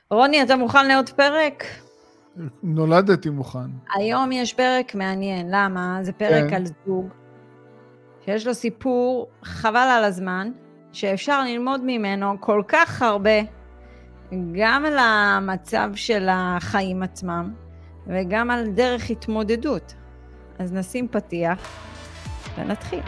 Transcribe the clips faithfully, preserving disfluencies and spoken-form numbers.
רוני, אתה מוכן לעוד פרק? נולדתי מוכן. היום יש פרק מעניין. למה? זה פרק על זוג, שיש לו סיפור חבל על הזמן, שאפשר ללמוד ממנו כל כך הרבה, גם על המצב של החיים עצמם, וגם על דרך התמודדות. אז נשים פתיח, ונתחיל.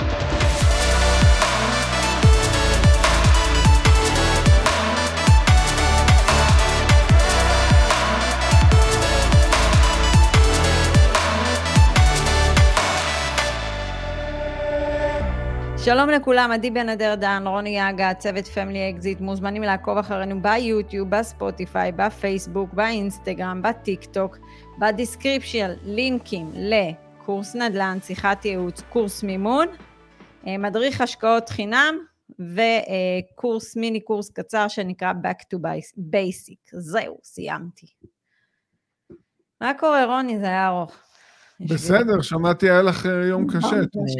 שלום לכולם, עדי בן אדר דן, רוני יאגה, צוות פמילי אקזיט, מוזמנים לעקוב אחרינו ביוטיוב, בספוטיפיי, בפייסבוק, באינסטגרם, בטיק טוק, בדיסקריפשן, לינקים לקורס נדל"ן, שיחת ייעוץ, קורס מימון, מדריך השקעות חינם, וקורס מיני קורס קצר שנקרא Back to Basic. זהו, סיימתי. מה קורה רוני? זה היה ארוך. בסדר, שמעתי היה לך יום קשה.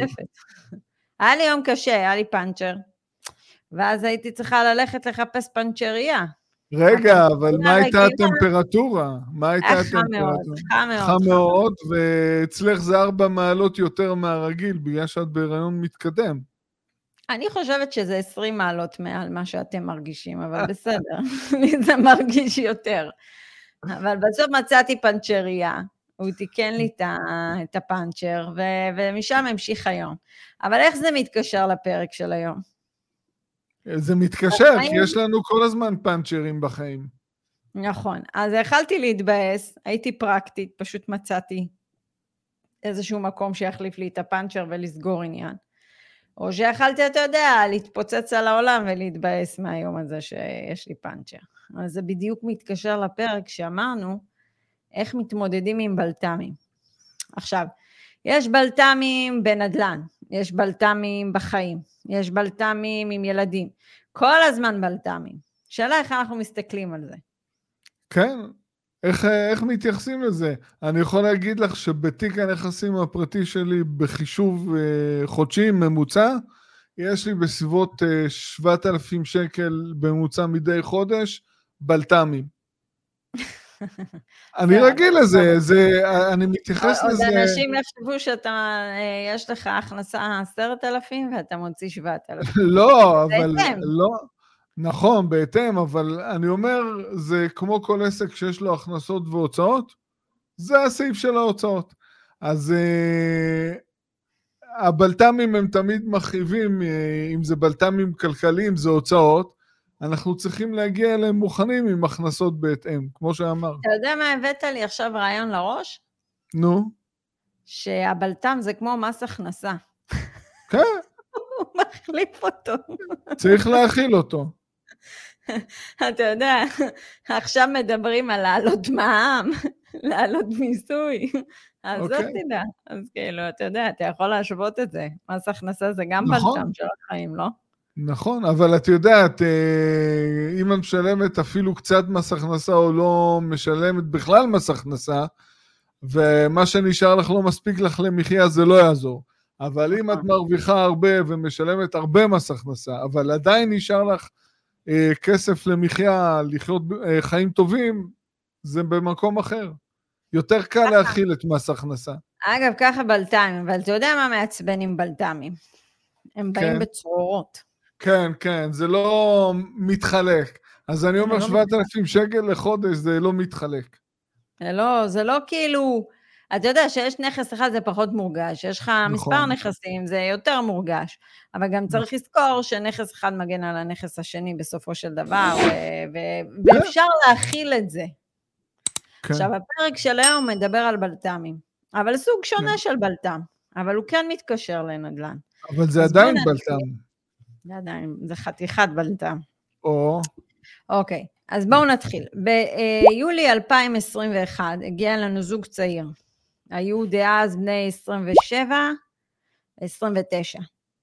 היה לי יום קשה, היה לי פאנצ'ר, ואז הייתי צריכה ללכת לחפש פאנצ'ריה. רגע, אבל מה הייתה הטמפרטורה? מה הייתה הטמפרטורה? חם מאוד, חם מאוד. חם מאוד, ואצלך זה ארבע מעלות יותר מהרגיל, בגלל שאת בהיריון מתקדם. אני חושבת שזה עשרים מעלות מעל מה שאתם מרגישים, אבל בסדר, זה מרגיש יותר. אבל בסוף מצאתי פאנצ'ריה. הוא תיקן לי את הפאנצ'ר, ומשם המשיך היום. אבל איך זה מתקשר לפרק של היום? זה מתקשר, כי יש לנו כל הזמן פאנצ'רים בחיים. נכון, אז יכלתי להתבאס, הייתי פרקטית, פשוט מצאתי איזשהו מקום שיחליף לי את הפאנצ'ר ולסגור עניין. או שיכלתי, אתה יודע, להתפוצץ על העולם ולהתבאס מהיום הזה שיש לי פאנצ'ר. אז זה בדיוק מתקשר לפרק שאמרנו, איך מתמודדים עם בלת"מים. עכשיו, יש בלת"מים בנדל"ן, יש בלת"מים בחיים, יש בלת"מים עם ילדים, כל הזמן בלת"מים. שאלה איך אנחנו מסתכלים על זה. כן, איך, איך מתייחסים לזה? אני יכול להגיד לך שבתיק הנכסים הפרטי שלי בחישוב אה, חודשי ממוצע, יש לי בסביבות אה, שבעת אלפים שקל בממוצע מדי חודש, בלת"מים. אני רגיל לזה, זה, אני מתייחס לזה. עוד אנשים יחשבו שאתה, יש לך הכנסה עשרת אלפים ואתה מוציא שבעת אלפים. לא, אבל, לא, נכון, בהתאם, אבל אני אומר, זה כמו כל עסק שיש לו הכנסות והוצאות, זה הסעיף של ההוצאות. אז הבלת"מים הם תמיד מכאיבים, אם זה בלת"מים כלכליים, זה הוצאות, אנחנו צריכים להגיע אליהם מוכנים עם הכנסות בהתאם, כמו שאמר. אתה יודע מה הבאת לי עכשיו רעיון לראש? נו? שהבלת"ם זה כמו מס הכנסה. כן. הוא מחליף אותו. צריך להכיל אותו. אתה יודע, עכשיו מדברים על לעלות מע"מ, לעלות מיסוי. אז זאת תדע. אז כאילו, אתה יודע, אתה יכול להשוות את זה. מס הכנסה זה גם בלת"ם של החיים, לא? נכון, אבל את יודעת, אם את משלמת אפילו קצת מס הכנסה או לא משלמת בכלל מס הכנסה, ומה שנשאר לך לא מספיק לך למחיה, זה לא יעזור. אבל אם את מרוויחה הרבה ומשלמת הרבה מס הכנסה, אבל עדיין נשאר לך כסף למחיה, לחיות חיים טובים, זה במקום אחר. יותר קל להכיל את מס הכנסה. אגב, ככה בלת"מים, אבל אתה יודע מה מעצבן עם בלת"מים? הם באים בצרורות. כן, כן, זה לא מתחלק. אז אני אומר שבעת אלפים שקל לחודש, זה לא מתחלק. זה לא, זה לא כאילו, אתה יודע שיש נכס אחד זה פחות מורגש, יש לך מספר נכסים, זה יותר מורגש, אבל גם צריך לזכור שנכס אחד מגן על הנכס השני בסופו של דבר, ואפשר להכיל את זה. עכשיו, הפרק של היום מדבר על בלת"מים, אבל סוג שונה של בלת"ם, אבל הוא כן מתקשר לנדל"ן. אבל זה עדיין בלת"ם. זה עדיין, זה חתיכת בלת"ם. או. אוקיי, אז בואו נתחיל. ביולי אלפיים עשרים ואחת הגיע לנו זוג צעיר. היו דאז בני עשרים ושבע, עשרים ותשע.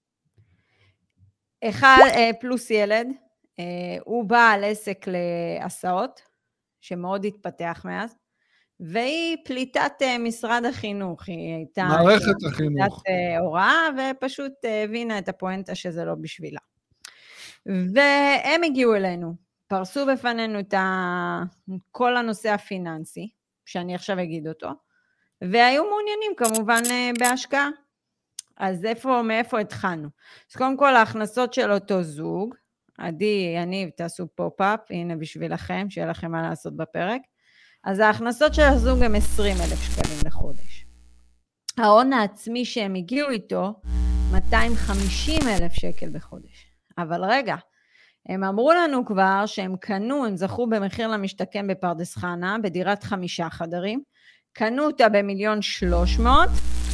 אחד פלוס ילד, הוא בעל עסק להסעות, שמאוד התפתח מאז, והיא פליטת משרד החינוך, היא הייתה מערכת החינוך, פליטת הוראה, ופשוט הבינה את הפואנטה שזה לא בשבילה. והם הגיעו אלינו, פרסו בפנינו את ה... כל הנושא הפיננסי, שאני עכשיו אגיד אותו, והיו מעוניינים כמובן בהשקעה. אז איפה, מאיפה התחלנו? אז קודם כל ההכנסות של אותו זוג, עדי, יניב, תעשו פופ-אפ, הנה בשבילכם, שיהיה לכם מה לעשות בפרק. אז ההכנסות של הזוג הם עשרים אלף שקלים לחודש. ההון העצמי שהם הגיעו איתו, מאתיים וחמישים אלף שקל בחודש. אבל רגע, הם אמרו לנו כבר שהם קנו, הם זכו במחיר למשתכן בפרדס חנה, בדירת חמישה חדרים, קנו אותה במיליון שלוש מאות,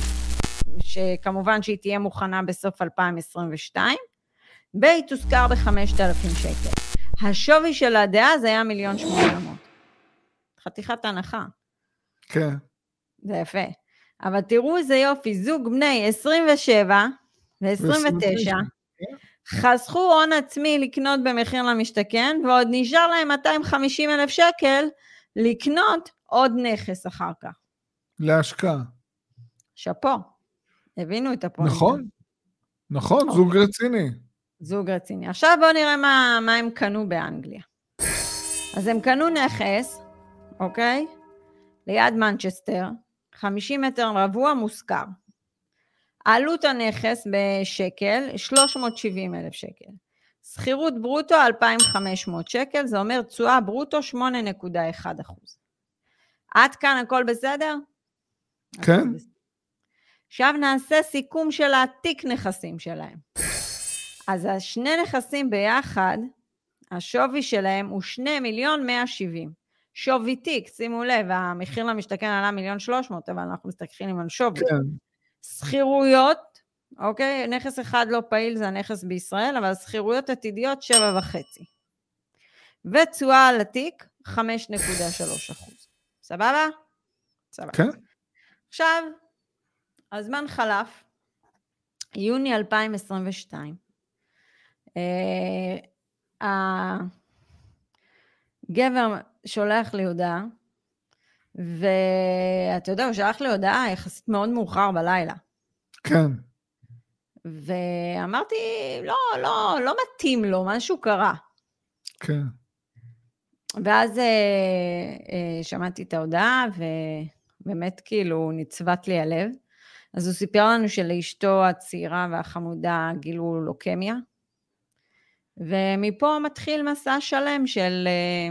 שכמובן שהיא תהיה מוכנה בסוף אלפיים עשרים ושתיים, והיא תוזכר ב-חמשת אלפים שקל. השווי של הדעה זה היה מיליון שמונה מאות. חתיכת הנחה. כן. זה יפה. אבל תראו איזה יופי, זוג בני עשרים ושבע ו-עשרים ותשע, חסכו הון עצמי לקנות במחיר למשתכן, ועוד נשאר להם מאתיים וחמישים אלף שקל לקנות עוד נכס אחר כך. להשקעה. שפו. הבינו את הפונטה. נכון, נכון, זוג רציני. זוג רציני. עכשיו בואו נראה מה, מה הם קנו באנגליה. אז הם קנו נכס, אוקיי? ליד מנצ'סטר, חמישים מטר רבוע מושכר. עלות הנכס בשקל, שלוש מאות ושבעים אלף שקל. שכירות ברוטו, אלפיים וחמש מאות שקל, זה אומר תשואה ברוטו שמונה נקודה אחת אחוז. עד כאן הכל בסדר? כן. עכשיו נעשה סיכום של העתיק נכסים שלהם. אז השני נכסים ביחד, השווי שלהם הוא שני מיליון מאה שבעים. שווי תיק, שימו לב, המחיר למשתכן עלה מיליון שלוש מאות, אבל אנחנו מסתכלים על שווי. כן. שכירויות, אוקיי, נכס אחד לא פעיל זה הנכס בישראל, אבל שכירויות עתידיות שבע וחצי. ותשואה על התיק, חמש נקודה שלוש אחוז. סבבה? סבבה. כן. עכשיו, הזמן חלף, יוני אלפיים עשרים ושתיים, הגבר שולח לי הודעה, ואתה יודע, הוא שלח לי הודעה יחסית מאוד מאוחר בלילה. כן. ואמרתי, לא, לא, לא מתאים לו, משהו קרה. כן. ואז אה, אה, שמעתי את ההודעה, ובאמת כאילו נצבת לי הלב. אז הוא סיפר לנו שלאשתו הצעירה והחמודה גילו לוקמיה, ומפה מתחיל מסע שלם של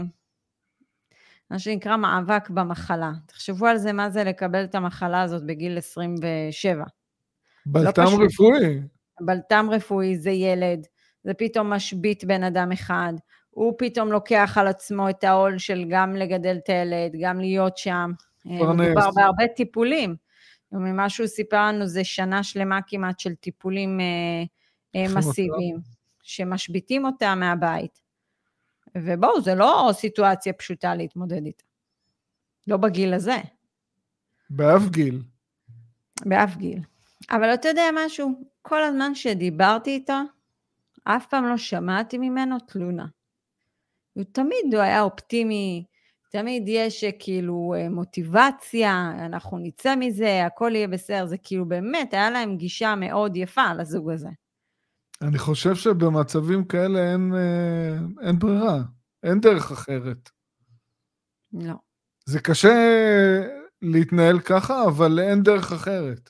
מה שנקרא מאבק במחלה. תחשבו על זה, מה זה לקבל את המחלה הזאת בגיל עשרים ושבע. בלטם לא רפואי. בלטם רפואי זה ילד, זה פתאום משבית בן אדם אחד, הוא פתאום לוקח על עצמו את העול של גם לגדל את הילד, גם להיות שם, מדובר בהרבה טיפולים. וממה שהוא סיפר לנו זה שנה שלמה כמעט של טיפולים אה, מסיביים, שמשביתים אותה מהבית. ובואו, זה לא סיטואציה פשוטה להתמודד איתה. לא בגיל הזה. באף גיל. באף גיל. אבל אתה יודע משהו, כל הזמן שדיברתי איתו, אף פעם לא שמעתי ממנו תלונה. הוא תמיד הוא היה אופטימי, תמיד יש כאילו מוטיבציה, אנחנו נצא מזה, הכל יהיה בסדר, זה כאילו באמת, היה להם גישה מאוד יפה לזוג הזה. אני חושב שבמצבים כאלה אין, אין ברירה, אין דרך אחרת. לא. זה קשה להתנהל ככה, אבל אין דרך אחרת.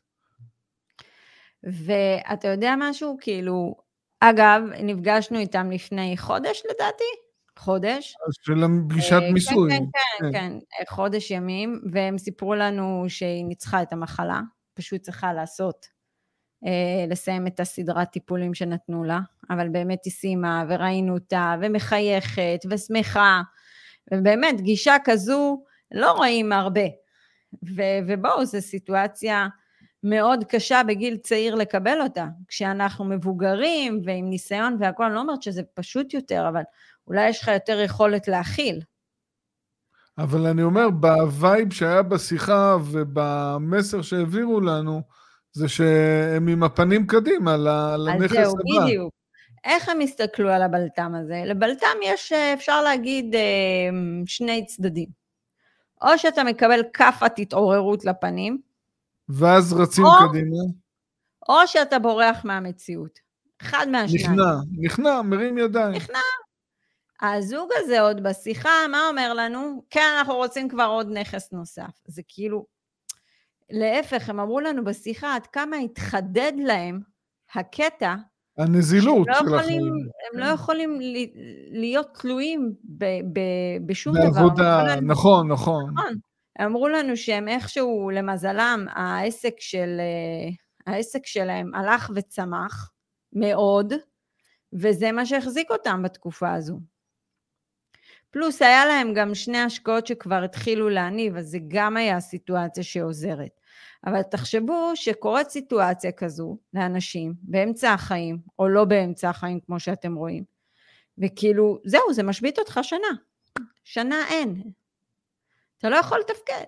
ואתה יודע משהו? כאילו, אגב, נפגשנו איתם לפני חודש לדעתי, חודש. של פגישת מיסוי. כן, כן, כן, כן, חודש ימים, והם סיפרו לנו שהיא ניצחה את המחלה, פשוט צריכה לעשות, לסיים את הסדרת טיפולים שנתנו לה, אבל באמת היא סיימה, וראינו אותה, ומחייכת, ושמחה, ובאמת, גישה כזו לא רואים הרבה, ובואו, זו סיטואציה מאוד קשה בגיל צעיר לקבל אותה, כשאנחנו מבוגרים, ועם ניסיון והכל, אני לא אומרת שזה פשוט יותר, אבל אולי יש לך יותר יכולת להכיל. אבל אני אומר, בווייב שהיה בשיחה, ובמסר שהעבירו לנו, זה שהם עם הפנים קדימה, לנכס הבא. אז זהו, בדיוק. איך הם הסתכלו על הבלטם הזה? לבלטם יש, אפשר להגיד, שני צדדים. או שאתה מקבל כפת התעוררות לפנים, ואז רצים או, קדימה. או שאתה בורח מהמציאות. אחד מהשניים. נכנע, נכנע, מרים ידיים. נכנע. הזוג הזה עוד בשיחה, מה אומר לנו? כן, אנחנו רוצים כבר עוד נכס נוסף. זה כאילו, להפך, הם אמרו לנו בשיחה, עד כמה התחדד להם הקטע, הנזילות לא של יכולים, החיים. הם לא יכולים להיות תלויים ב, ב, בשום בעבודה, דבר. נכון, נכון. נכון. הם אמרו לנו שהם איכשהו, למזלם, העסק, של, העסק שלהם הלך וצמח מאוד, וזה מה שהחזיק אותם בתקופה הזו. פלוס היה להם גם שני השקעות שכבר התחילו להניב, אז זה גם היה סיטואציה שעוזרת. אבל תחשבו שקורית סיטואציה כזו לאנשים באמצע החיים, או לא באמצע החיים כמו שאתם רואים, וכאילו זהו, זה משבית אותך שנה. שנה אין. אתה לא יכול לתפקד.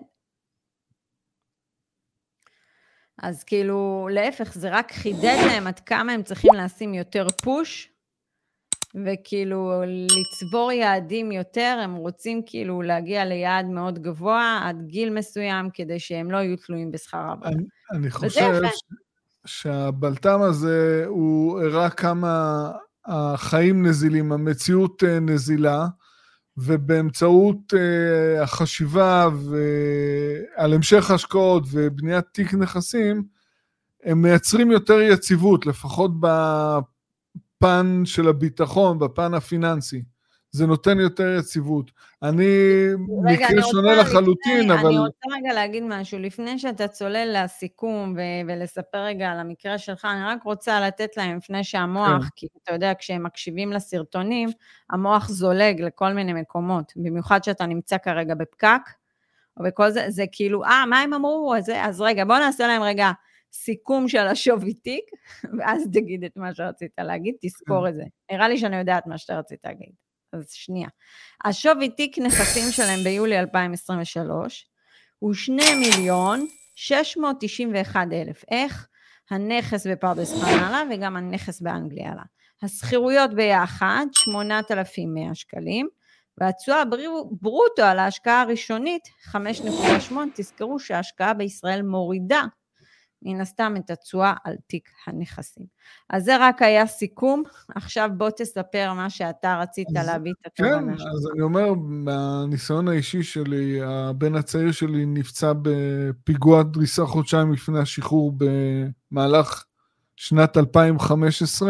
אז כאילו להפך, זה רק חידד להם עד כמה הם צריכים לשים יותר פוש, וכאילו לצבור יעדים יותר, הם רוצים כאילו להגיע ליעד מאוד גבוה, עד גיל מסוים, כדי שהם לא יהיו תלויים בשכר עבודה. אני, אני חושב ש, שהבלטם הזה הוא הראה כמה החיים נזילים, המציאות נזילה, ובאמצעות uh, החשיבה ועל המשך השקעות ובניית תיק נכסים, הם מייצרים יותר יציבות, לפחות בפן של הביטחון, בפן הפיננסי. זה נותן יותר יציבות. אני רגע, מקרה אני שונה רוצה, לחלוטין, לפני, אבל... אני רוצה רגע להגיד משהו, לפני שאתה צולל לסיכום ו- ולספר רגע על המקרה שלך, אני רק רוצה לתת להם לפני שהמוח, כן. כי אתה יודע, כשהם מקשיבים לסרטונים, המוח זולג לכל מיני מקומות, במיוחד שאתה נמצא כרגע בפקק, או בכל זה, זה כאילו, אה, מה הם אמרו? אז, אז רגע, בוא נעשה להם רגע סיכום של השווי תיק, ואז תגיד את מה שרצית להגיד, תזכור את זה. נראה לי שאני יודעת מה שאתה רצית להגיד. אז שנייה. השווי תיק נכסים שלהם ביולי אלפיים עשרים ושלוש הוא שני מיליון שש מאות תשעים ואחת אלף. איך? הנכס בפרדס חנה וגם הנכס באנגליה עלה. הסחירויות ביחד שמונת אלפים ומאה שקלים, והתשואה ברוטו על ההשקעה הראשונית חמש נקודה שמונה. תזכרו שההשקעה בישראל מורידה מן הסתם את התשואה על תיק הנכסים. אז זה רק היה סיכום, עכשיו בוא תספר מה שאתה רצית אז, להביא את התובנה כן, שלך. אז אני אומר, מהניסיון האישי שלי, הבן הצעיר שלי נפצע בפיגוע דריסה חודשיים לפני השחרור במהלך שנת אלפיים וחמש עשרה,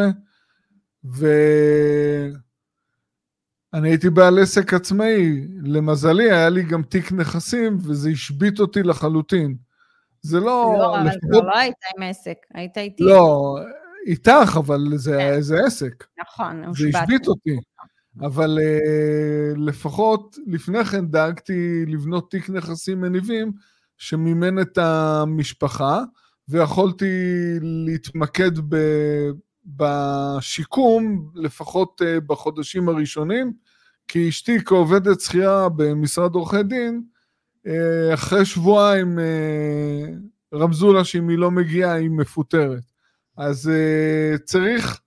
ואני הייתי בעל עסק עצמאי, למזלי היה לי גם תיק נכסים, וזה השבית אותי לחלוטין. זה לא... לא, אבל כבר לא היית עם עסק, היית איתי. לא, איתך, אבל זה, זה עסק. נכון, זה השבית אותי. אבל uh, לפחות לפני כן דאגתי לבנות תיק נכסים מניבים, שמימן את המשפחה, ויכולתי להתמקד ב, בשיקום, לפחות uh, בחודשים הראשונים, כי אשתי כעובדת שכירה במשרד עורכי דין, אחרי שבועיים רמזו לה שאם היא לא מגיעה היא מפוטרת. אז צריך,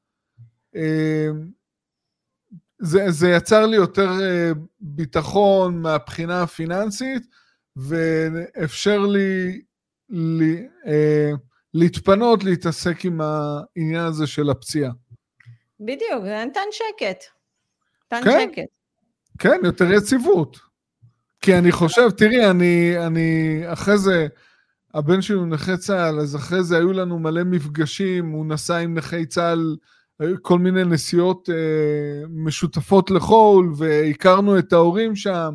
זה, זה יצר לי יותר ביטחון מהבחינה הפיננסית, ואפשר לי, לי להתפנות, להתעסק עם העניין הזה של הפציעה. בדיוק, זה נתן שקט. נתן כן, שקט. כן, יותר יציבות. כי אני חושב, תראי, אני, אני, אחרי זה, הבן שלי הוא נכה צהל, אז אחרי זה היו לנו מלא מפגשים, הוא נסע עם נכי צהל, כל מיני נסיעות אה, משותפות לחול, והכרנו את ההורים שם,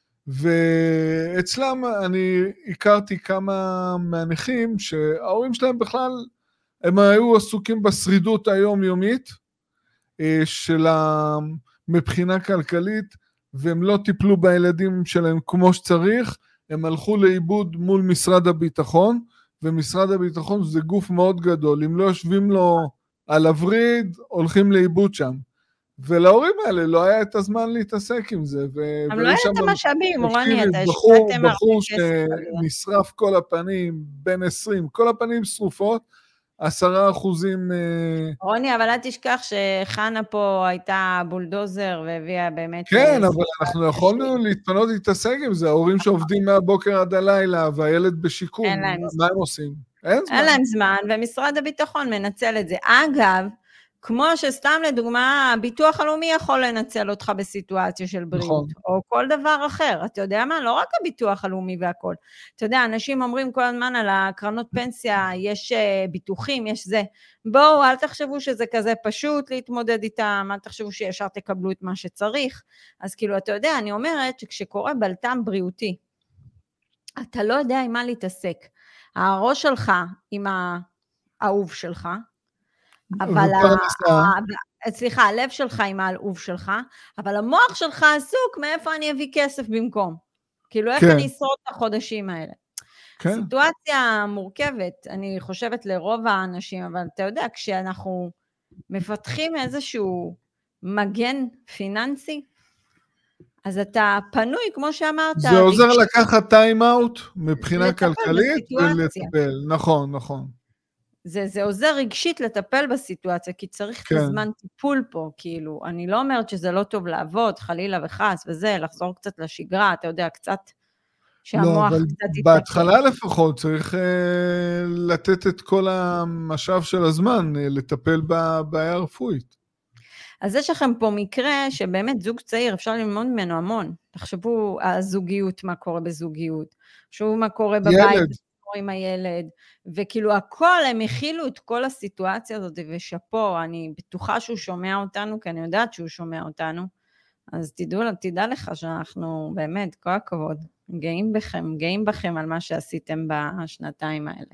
ואצלם אני הכרתי כמה מהנכים, שההורים שלהם בכלל, הם היו עסוקים בשרידות היומיומית, אה, של מבחינה כלכלית, והם לא טיפלו בילדים שלהם כמו שצריך, הם הלכו לאיבוד מול משרד הביטחון, ומשרד הביטחון זה גוף מאוד גדול, אם לא יושבים לו על הווריד, הולכים לאיבוד שם. ולהורים האלה לא היה את הזמן להתעסק עם זה. אבל לא היה את המשאבים, רוני, אתה השקעתם הרבה בחור כסף. שנשרף כל הפנים, בין עשרים, כל הפנים שרופות, עשרה אחוזים... רוני, אבל אל תשכח שחנה פה הייתה בולדוזר והביאה באמת... כן, אבל אנחנו יכולנו להתפנות להתעסק עם זה, ההורים שעובדים מהבוקר עד הלילה, והילד בשיקום, מה הם עושים? אין זמן. אין להם זמן, ומשרד הביטחון מנצל את זה. אגב, כמו שסתם לדוגמה, הביטוח הלאומי יכול לנצל אותך בסיטואציה של בריאות, נכון. או כל דבר אחר. אתה יודע מה? לא רק הביטוח הלאומי והכל. אתה יודע, אנשים אומרים כל הזמן על הקרנות פנסיה, יש ביטוחים, יש זה. בואו, אל תחשבו שזה כזה פשוט להתמודד איתם, אל תחשבו שישר תקבלו את מה שצריך. אז כאילו, אתה יודע, אני אומרת שכשקורה בלטם בריאותי, אתה לא יודע עם מה להתעסק. הראש שלך עם האהוב שלך, אבל ה... סליחה, הלב שלך עם האהוב שלך, אבל המוח שלך עסוק מאיפה אני אביא כסף במקום. כאילו, איך כן. אני אשרוד את החודשים האלה. כן. סיטואציה מורכבת, אני חושבת לרוב האנשים, אבל אתה יודע, כשאנחנו מפתחים איזשהו מגן פיננסי, אז אתה פנוי, כמו שאמרת. זה עוזר לקחת טיים אאוט מבחינה כלכלית ולטפל, נכון, נכון. זה, זה עוזר רגשית לטפל בסיטואציה, כי צריך כן. את הזמן טיפול פה, כאילו, אני לא אומרת שזה לא טוב לעבוד, חלילה וחס וזה, לחזור קצת לשגרה, אתה יודע, קצת, שהמוח לא, קצת יתפתח. בהתחלה לפחות צריך אה, לתת את כל המשאב של הזמן, אה, לטפל בבעיה הרפואית. אז יש לכם פה מקרה שבאמת זוג צעיר, אפשר ללמוד ממנו המון. תחשבו הזוגיות, מה קורה בזוגיות. תחשבו מה קורה בבית ילד. עם הילד. וכאילו הכל, הם הכילו את כל הסיטואציה הזאת, ושפו, אני בטוחה שהוא שומע אותנו, כי אני יודעת שהוא שומע אותנו. אז תדעו, תדע לך שאנחנו באמת, כל הכבוד, גאים בכם, גאים בכם על מה שעשיתם בשנתיים האלה.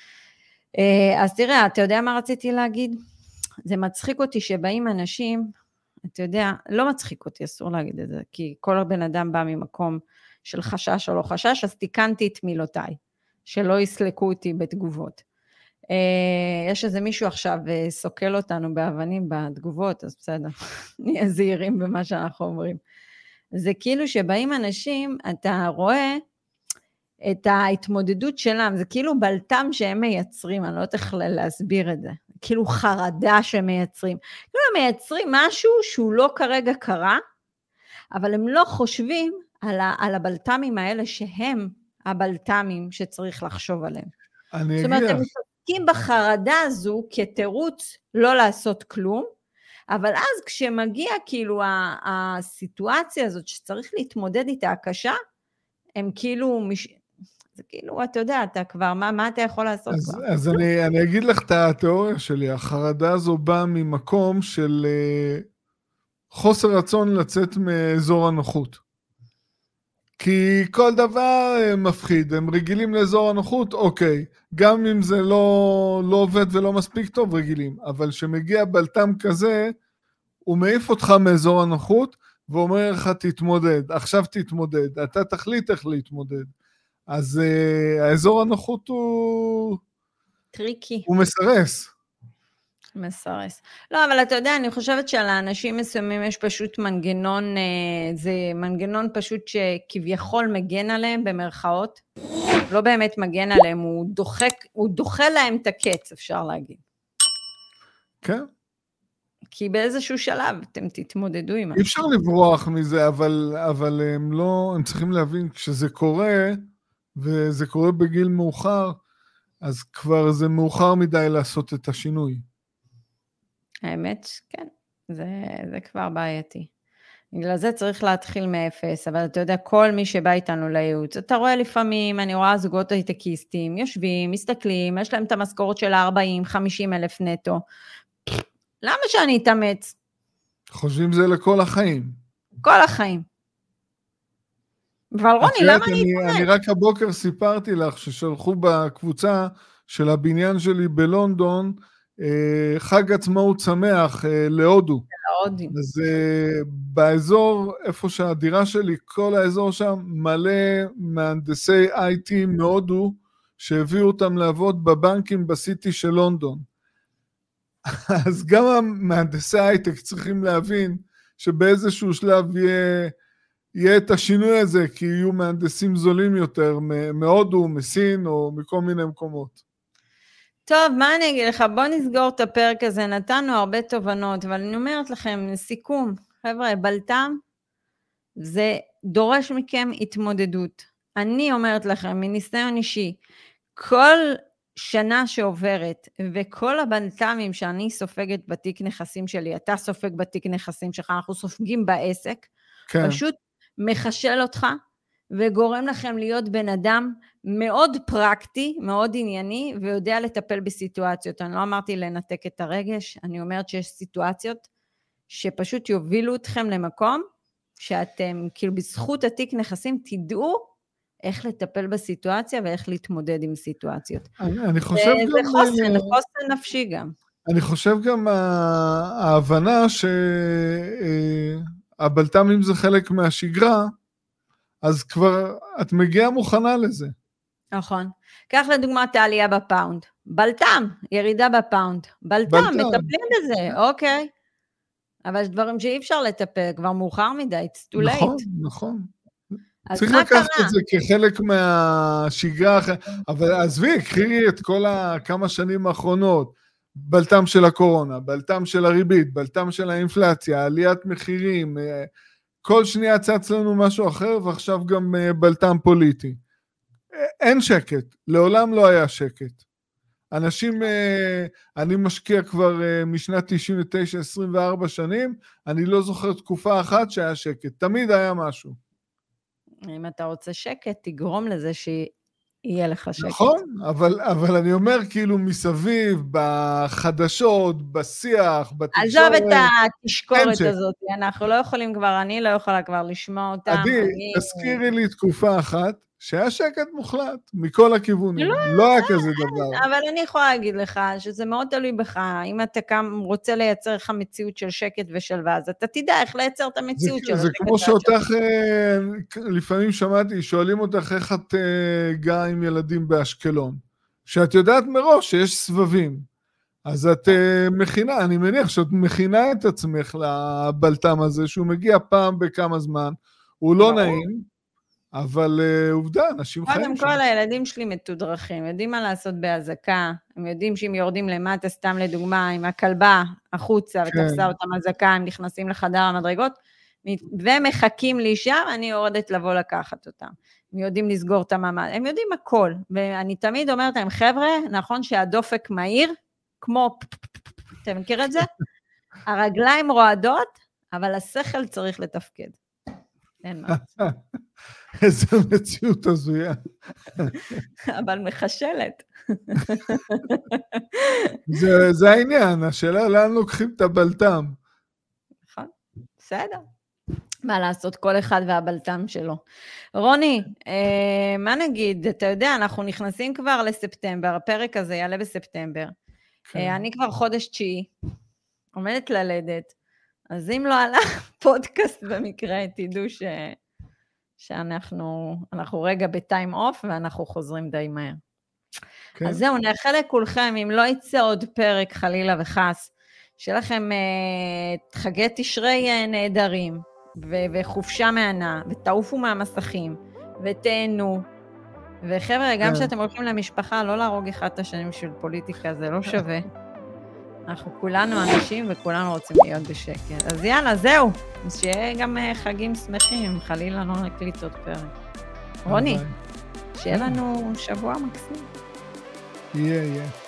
אז תראה, אתה יודע מה רציתי להגיד? זה מצחיק אותי שבאים אנשים, אתה יודע, לא מצחיק אותי, אסור להגיד את זה, כי כל בן אדם בא ממקום של חשש או לא חשש, אז תיקנתי את מילותיי, שלא יסלקו אותי בתגובות. יש איזה מישהו עכשיו סוקל אותנו באבנים בתגובות, אז בסדר, נהיה זהירים במה שאנחנו אומרים. זה כאילו שבאים אנשים, אתה רואה את ההתמודדות שלהם, זה כאילו בלטם שהם מייצרים, אני לא יודעת איך להסביר את זה. כאילו חרדה שהם מייצרים. כאילו הם מייצרים משהו שהוא לא כרגע קרה, אבל הם לא חושבים על, ה, על הבלטמים האלה שהם הבלטמים שצריך לחשוב עליהם. אני זאת אומרת, הם מתעסקים בחרדה הזו כתירוץ לא לעשות כלום, אבל אז כשמגיע כאילו הסיטואציה הזאת שצריך להתמודד איתה הקשה, הם כאילו... מש... זה כאילו, אתה יודע, אתה כבר, מה, מה אתה יכול לעשות אז, כבר? אז אני, אני אגיד לך את התיאוריה שלי, החרדה הזו באה ממקום של uh, חוסר רצון לצאת מאזור הנוחות. כי כל דבר uh, מפחיד, הם רגילים לאזור הנוחות, אוקיי, גם אם זה לא, לא עובד ולא מספיק טוב, רגילים, אבל שמגיע בלטם כזה, הוא מעיף אותך מאזור הנוחות, ואומר לך תתמודד, עכשיו תתמודד, אתה תחליט איך להתמודד. אז uh, האזור הנוחות הוא... טריקי. הוא מסרס. מסרס. לא, אבל אתה יודע, אני חושבת שעל האנשים מסוימים יש פשוט מנגנון, uh, זה מנגנון פשוט שכביכול מגן עליהם במרכאות, לא באמת מגן עליהם, הוא דוחק, הוא דוחה להם את הקץ, אפשר להגיד. כן. כי באיזשהו שלב אתם תתמודדו עם... אי אפשר לברוח מזה, אבל, אבל הם לא, הם צריכים להבין, כשזה קורה... וזה קורה בגיל מאוחר, אז כבר זה מאוחר מדי לעשות את השינוי. האמת, כן, זה, זה כבר בעייתי. בגלל זה צריך להתחיל מאפס, אבל אתה יודע, כל מי שבא איתנו לייעוץ, אתה רואה לפעמים, אני רואה זוגות הייטקיסטים, יושבים, מסתכלים, יש להם את המשכורת של ארבעים חמישים אלף נטו. למה שאני אתאמץ? חושבים זה לכל החיים. כל החיים. אבל רוני, למה אני אתמודד? אני רק הבוקר סיפרתי לך ששלחו בקבוצה של הבניין שלי בלונדון, חג עצמאות שמח להודו. להודו. אז באזור, איפה שהדירה שלי, כל האזור שם מלא מהנדסי איי טי מהודו, שהביאו אותם לעבוד בבנקים בסיטי של לונדון. אז גם המהנדסי הייטק צריכים להבין שבאיזשהו שלב יהיה... יהיה את השינוי הזה, כי יהיו מהנדסים זולים יותר, מהודו, מסין, או מכל מיני מקומות. טוב, מה אני אגיד לך? בוא נסגור את הפרק הזה, נתנו הרבה תובנות, אבל אני אומרת לכם, לסיכום, חבר'ה, בלטם, זה דורש מכם התמודדות. אני אומרת לכם, מניסיון אישי, כל שנה שעוברת, וכל הבנת"מים שאני סופגת בתיק נכסים שלי, אתה סופג בתיק נכסים שלך, אנחנו סופגים בעסק, כן. פשוט מחשל אותך, וגורם לכם להיות בן אדם מאוד פרקטי, מאוד ענייני, ויודע לטפל בסיטואציות. אני לא אמרתי לנתק את הרגש, אני אומרת שיש סיטואציות, שפשוט יובילו אתכם למקום, שאתם, כאילו בזכות התיק נכסים, תדעו, איך לטפל בסיטואציה, ואיך להתמודד עם סיטואציות. אני, אני חושב גם... זה חוסן, זה חוסן נפשי גם. אני חושב גם ההבנה שהבלת"מים זה חלק מהשגרה, אז כבר את מגיעה מוכנה לזה. נכון. כך לדוגמה את העלייה בפאונד. בלת"ם, ירידה בפאונד. בלת"ם, מטפלים בזה, אוקיי. אבל יש דברים שאי אפשר לטפל, כבר מאוחר מדי, it's too late. נכון, נכון. צריך לקחת את זה כחלק מהשגרה, אבל עזבי, קחי את כל הכמה שנים האחרונות, בלת"ם של הקורונה, בלת"ם של הריבית, בלת"ם של האינפלציה, עליית מחירים, כל שנייה צץ לנו משהו אחר, ועכשיו גם בלת"ם פוליטי. אין שקט, לעולם לא היה שקט. אנשים, אני משקיע כבר משנת תשעים ותשע, עשרים וארבע שנים, אני לא זוכר תקופה אחת שהיה שקט, תמיד היה משהו. אם אתה רוצה שקט, תגרום לזה שיהיה לך שקט. נכון, אבל, אבל אני אומר כאילו מסביב, בחדשות, בשיח, בתקשורת. עזוב את התשקורת הזאת, אנחנו לא יכולים כבר, אני לא יכולה כבר לשמוע אותם. עדי, אני... תזכירי לי תקופה אחת, שהיה שקט מוחלט, מכל הכיוונים, לא, לא היה כזה דבר. אבל אני יכולה להגיד לך, שזה מאוד תלוי בך, אם אתה גם רוצה לייצר לך מציאות של שקט ושלווה, אז אתה תדע איך לייצר את המציאות של השקט. זה כמו שאותך, לפעמים שמעתי, שואלים אותך איך את גאה עם ילדים באשקלון, שאת יודעת מראש שיש סבבים, אז את מכינה, אני מניח שאת מכינה את עצמך לבלת"ם הזה, שהוא מגיע פעם בכמה זמן, הוא לא נעים, אבל uh, עובדה, אנשים חיים שם. קודם כל, הילדים שלי מתודרכים, יודעים מה לעשות בהזקה, הם יודעים שאם יורדים למטה, סתם לדוגמה, עם הכלבה החוצה, כן. ותפסה אותם הזקה, הם נכנסים לחדר המדרגות, ומחכים לי שם, אני יורדת לבוא לקחת אותם. הם יודעים לסגור את הממד, הם יודעים הכל, ואני תמיד אומרת להם, חבר'ה, נכון שהדופק מהיר, כמו, אתם מכיר את זה? הרגליים רועדות, אבל השכל צריך לתפקד. אין מה. איזה מציאות הזויה. אבל מחשלת. זה, זה העניין, השאלה לאן לוקחים את הבלת"ם. נכון, בסדר. מה לעשות, כל אחד והבלת"ם שלו. רוני, אה, מה נגיד? אתה יודע, אנחנו נכנסים כבר לספטמבר, הפרק הזה יעלה בספטמבר. כן. אה, אני כבר חודש תשיעי, עומדת ללדת, אז אם לא עלה פודקאסט במקרה, תדעו ש... שאנחנו אנחנו רגע בטיים אוף, ואנחנו חוזרים די מהר. כן. אז זהו, נאחל לכולכם, אם לא יצא עוד פרק חלילה וחס, שיהיה לכם uh, חגי תשרי uh, נהדרים, ו- וחופשה מענה, ותעופו מהמסכים, ותהנו, וחבר'ה, גם שאתם הולכים למשפחה, לא להרוג אחד את השנים של פוליטיקה, זה לא שווה. אנחנו כולנו אנשים וכולנו רוצים להיות בשקט. אז יאללה, זהו. אז שיהיה גם חגים שמחים, חלילה לא נקליט עוד פרק. רוני, שיהיה לנו שבוע מקסים. יהיה, יהיה.